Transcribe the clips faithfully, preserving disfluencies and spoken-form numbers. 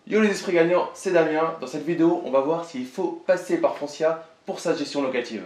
Yo les esprits gagnants, c'est Damien. Dans cette vidéo, on va voir s'il faut passer par Foncia pour sa gestion locative.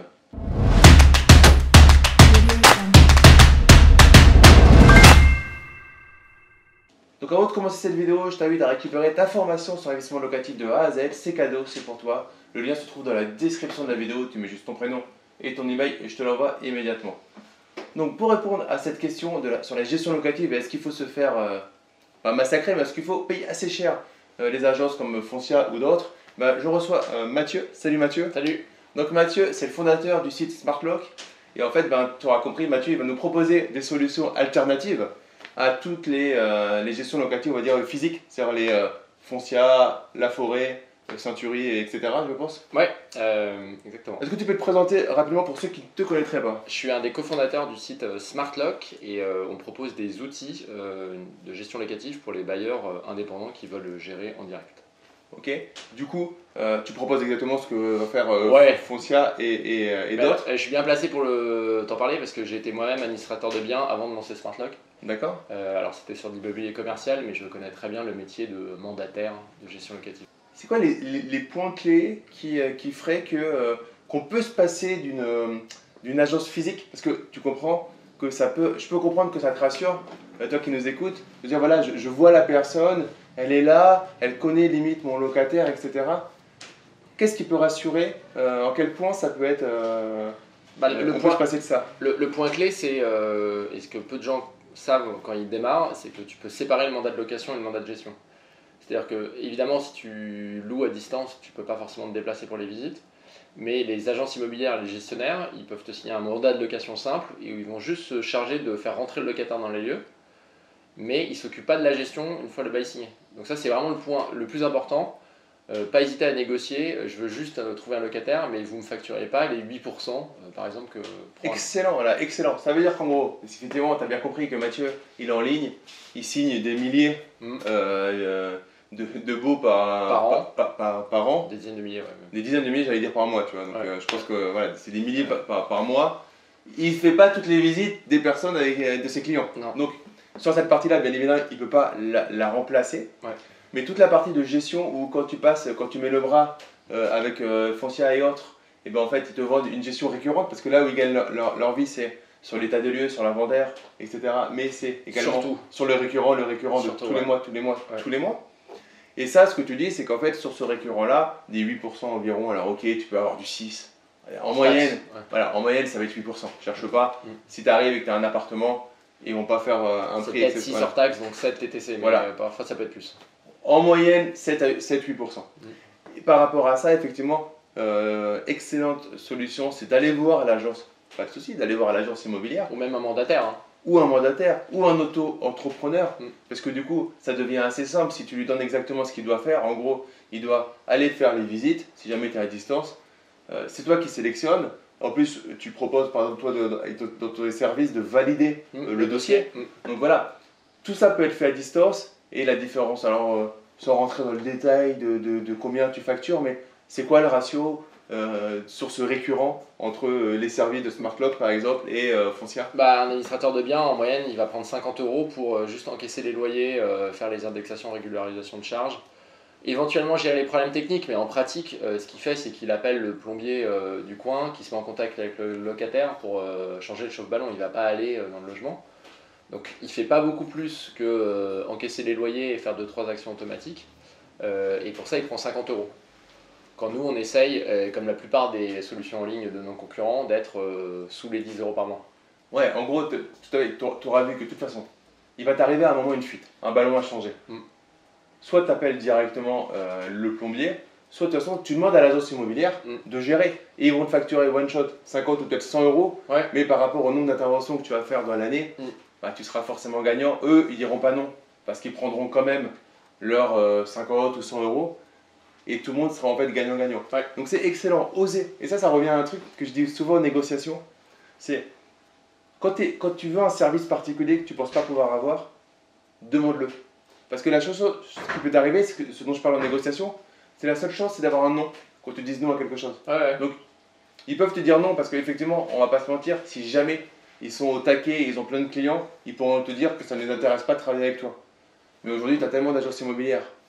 Donc avant de commencer cette vidéo, je t'invite à récupérer ta formation sur l'investissement locatif de A à Z. C'est cadeau, c'est pour toi. Le lien se trouve dans la description de la vidéo. Tu mets juste ton prénom et ton email et je te l'envoie immédiatement. Donc pour répondre à cette question de la, sur la gestion locative, est-ce qu'il faut se faire euh, bah, massacrer, mais est-ce qu'il faut payer assez cher euh, les agences comme Foncia ou d'autres? bah, Je reçois euh, Mathieu. Salut Mathieu. Salut. Donc Mathieu, c'est le fondateur du site SmartLock. Et en fait, ben, tu auras compris, Mathieu il va nous proposer des solutions alternatives à toutes les, euh, les gestions locatives, on va dire physiques, c'est-à-dire les euh, Foncia, La Forêt, Century, et cetera, je pense. Ouais, euh, exactement. Est-ce que tu peux te présenter rapidement pour ceux qui ne te connaîtraient pas? Je suis un des cofondateurs du site euh, SmartLock et euh, on propose des outils euh, de gestion locative pour les bailleurs euh, indépendants qui veulent gérer en direct. Ok, du coup, euh, tu proposes exactement ce que va faire euh, ouais. Foncia et, et, et ben, d'autres. Je suis bien placé pour t'en parler parce que j'ai été moi-même administrateur de biens avant de lancer SmartLock. D'accord. Euh, alors c'était sur l'immobilier commercial, mais je connais très bien le métier de mandataire de gestion locative. C'est quoi les, les, les points clés qui, euh, qui feraient que, euh, qu'on peut se passer d'une euh, d'une agence physique? Parce que tu comprends que ça peut, je peux comprendre que ça te rassure, euh, toi qui nous écoutes, de dire voilà, je, je vois la personne, elle est là, elle connaît limite mon locataire, et cetera. Qu'est-ce qui peut rassurer? euh, En quel point ça peut être... Euh, bah, le, on point, peut se passer de ça? Le, le point clé, c'est, euh, et ce que peu de gens savent quand ils démarrent, c'est que tu peux séparer le mandat de location et le mandat de gestion. C'est-à-dire que, évidemment, si tu loues à distance, tu ne peux pas forcément te déplacer pour les visites, mais les agences immobilières, les gestionnaires, ils peuvent te signer un mandat de location simple et ils vont juste se charger de faire rentrer le locataire dans les lieux, mais ils ne s'occupent pas de la gestion une fois le bail signé. Donc ça, c'est vraiment le point le plus important. Euh, pas hésiter à négocier, je veux juste euh, trouver un locataire, mais vous ne me facturez pas les huit pour cent euh, par exemple. Que excellent, voilà, excellent. Ça veut dire qu'en gros, effectivement, tu as bien compris que Mathieu, il est en ligne, il signe des milliers mmh. euh, euh, de, de baux par, par, an. Par, par, par an. Des dizaines de milliers, ouais. Des dizaines de milliers, j'allais dire par mois, tu vois. Donc ouais. euh, je pense que voilà, c'est des milliers par, par, par mois. Il ne fait pas toutes les visites des personnes avec, de ses clients. Non. Donc sur cette partie-là, bien évidemment, il ne peut pas la, la remplacer. Ouais. Mais toute la partie de gestion où quand tu passes, quand tu mets le bras euh, avec euh, Foncia et autres, et ben en fait ils te vendent une gestion récurrente parce que là où ils gagnent leur, leur, leur vie c'est sur l'état des lieux, sur l'inventaire, et cetera. Mais c'est également Surtout. sur le récurrent, le récurrent Surtout, de tous ouais. les mois, tous les mois, ouais. tous les mois. Et ça, ce que tu dis, c'est qu'en fait sur ce récurrent-là, des huit pour cent environ, alors ok, tu peux avoir du six. En moyenne, ouais. voilà, en moyenne ça va être huit pour cent. Cherche pas. Mm. Si tu arrives et que tu as un appartement, ils vont pas faire euh, un prix. C'est peut-être six hors taxe, donc sept T T C, mais voilà. euh, parfois ça peut être plus. En moyenne, sept à huit pour cent. Mm. Et par rapport à ça, effectivement, euh, excellente solution, c'est d'aller voir l'agence, pas de souci, d'aller voir l'agence immobilière. Ou même un mandataire. Hein. Ou un mandataire, ou un auto-entrepreneur. Mm. Mm. Parce que du coup, ça devient assez simple. Si tu lui donnes exactement ce qu'il doit faire, en gros, il doit aller faire les visites, si jamais tu es à distance. Euh, c'est toi qui sélectionnes. En plus, tu proposes, par exemple, toi, dans tes services, de valider mm. euh, le dossier. Mm. Donc voilà, tout ça peut être fait à distance. Et la différence, alors euh, sans rentrer dans le détail de, de, de combien tu factures, mais c'est quoi le ratio euh, sur ce récurrent entre euh, les services de SmartLock par exemple et euh, Foncia? Bah, un administrateur de biens, en moyenne, il va prendre cinquante euros pour euh, juste encaisser les loyers, euh, faire les indexations, régularisation de charges. Éventuellement gérer les problèmes techniques, mais en pratique, euh, ce qu'il fait, c'est qu'il appelle le plombier euh, du coin qui se met en contact avec le locataire pour euh, changer le chauffe-ballon. Il ne va pas aller euh, dans le logement. Donc il ne fait pas beaucoup plus que euh, encaisser les loyers et faire deux trois actions automatiques. Euh, et pour ça, il prend cinquante euros. Quand nous, on essaye, euh, comme la plupart des solutions en ligne de nos concurrents, d'être euh, sous les dix euros par mois. Ouais, en gros, tu auras vu que de toute façon, il va t'arriver à un moment une fuite, un ballon à changer. Mm. Soit tu appelles directement euh, le plombier, soit de toute façon, tu demandes à l'agence immobilière mm. de gérer. Et ils vont te facturer one shot cinquante ou peut-être cent euros, ouais. mais par rapport au nombre d'interventions que tu vas faire dans l'année, mm. bah, tu seras forcément gagnant. Eux, ils diront pas non, parce qu'ils prendront quand même leurs euh, cinquante ou cent euros, et tout le monde sera en fait gagnant-gagnant. Ouais. Donc c'est excellent, oser. Et ça, ça revient à un truc que je dis souvent en négociation, c'est quand, quand tu veux un service particulier que tu ne penses pas pouvoir avoir, demande-le. Parce que la chose qui peut t'arriver, c'est que ce dont je parle en négociation, c'est la seule chose, c'est d'avoir un non, qu'on te dise non à quelque chose. Ouais, ouais. Donc, ils peuvent te dire non, parce qu'effectivement, on va pas se mentir, si jamais ils sont au taquet et ils ont plein de clients, ils pourront te dire que ça ne les intéresse pas de travailler avec toi. Mais aujourd'hui, tu as tellement d'agences immobilières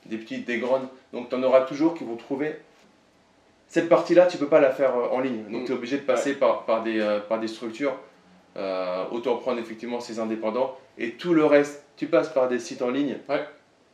des petites, des grandes. Donc tu en auras toujours qui vont trouver. Cette partie-là, tu ne peux pas la faire en ligne. Donc tu es obligé de passer ouais. par, par, des, euh, par des structures. Euh, autant prendre effectivement ces indépendants. Et tout le reste, tu passes par des sites en ligne. Ouais.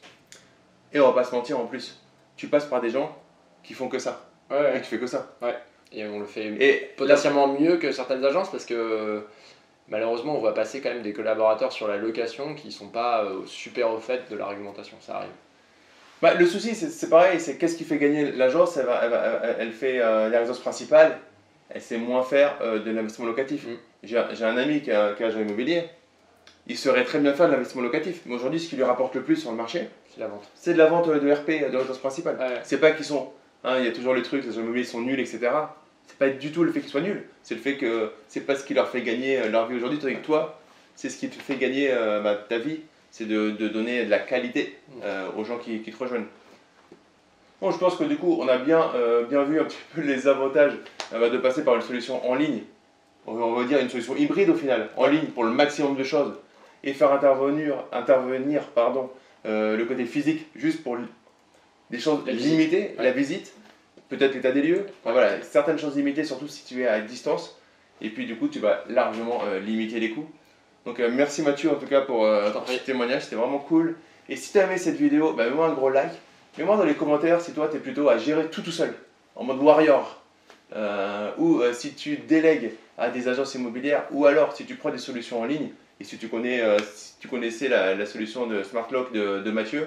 Et on va pas se mentir en plus. Tu passes par des gens qui font que ça. Ouais, ouais. Et tu fais que ça. Ouais. Et on le fait et potentiellement là, mieux que certaines agences parce que malheureusement on voit passer quand même des collaborateurs sur la location qui sont pas euh, super au fait de la réglementation, ça arrive. Bah, le souci c'est pareil, c'est qu'est-ce qui fait gagner l'agence, elle, elle, elle, elle fait euh, la résidence principale, elle sait moins faire euh, de l'investissement locatif. Mm. J'ai un ami qui a, qui a un agent immobilier, il saurait très bien faire de l'investissement locatif, mais aujourd'hui ce qui lui rapporte le plus sur le marché, c'est la vente. C'est de la vente de R P, de résidence principale. Ouais. C'est pas qu'ils sont... Hein, il y a toujours les trucs, les agents immobiliers sont nuls, et cetera. C'est pas du tout le fait qu'ils soient nuls, c'est le fait que c'est pas ce qui leur fait gagner leur vie aujourd'hui. Tandis que toi, c'est ce qui te fait gagner euh, bah, ta vie, c'est de, de donner de la qualité euh, aux gens qui, qui te rejoignent. Bon, je pense que du coup, on a bien, euh, bien vu un petit peu les avantages euh, de passer par une solution en ligne. On va dire une solution hybride au final, en ligne pour le maximum de choses, et faire intervenir, intervenir pardon, euh, le côté physique juste pour des choses la limitées, visite. Ouais. La visite. Peut-être l'état des lieux, enfin, voilà, certaines choses limitées, surtout si tu es à distance, et puis du coup tu vas largement euh, limiter les coûts. Donc euh, merci Mathieu en tout cas pour, euh, pour ce témoignage, c'était vraiment cool. Et si tu as aimé cette vidéo, bah, mets-moi un gros like, mets-moi dans les commentaires si toi tu es plutôt à gérer tout tout seul, en mode warrior, euh, ou euh, si tu délègues à des agences immobilières, ou alors si tu prends des solutions en ligne, et si tu, connais, euh, si tu connaissais la, la solution de SmartLock de, de Mathieu.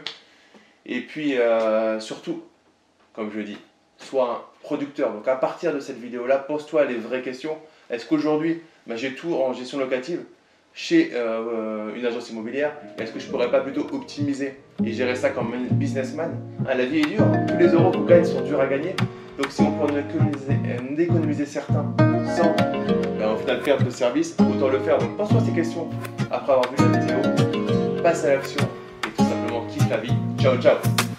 Et puis euh, surtout, comme je dis, sois un producteur. Donc à partir de cette vidéo-là, pose-toi les vraies questions. Est-ce qu'aujourd'hui, bah, j'ai tout en gestion locative chez euh, une agence immobilière? Est-ce que je ne pourrais pas plutôt optimiser et gérer ça comme un businessman? Ah, la vie est dure, tous les euros qu'on gagne sont durs à gagner. Donc si on peut en économiser, en économiser certains sans bah, au final perdre de service, autant le faire. Donc pose-toi ces questions après avoir vu la vidéo, passe à l'action et tout simplement kiffe la vie. Ciao, ciao!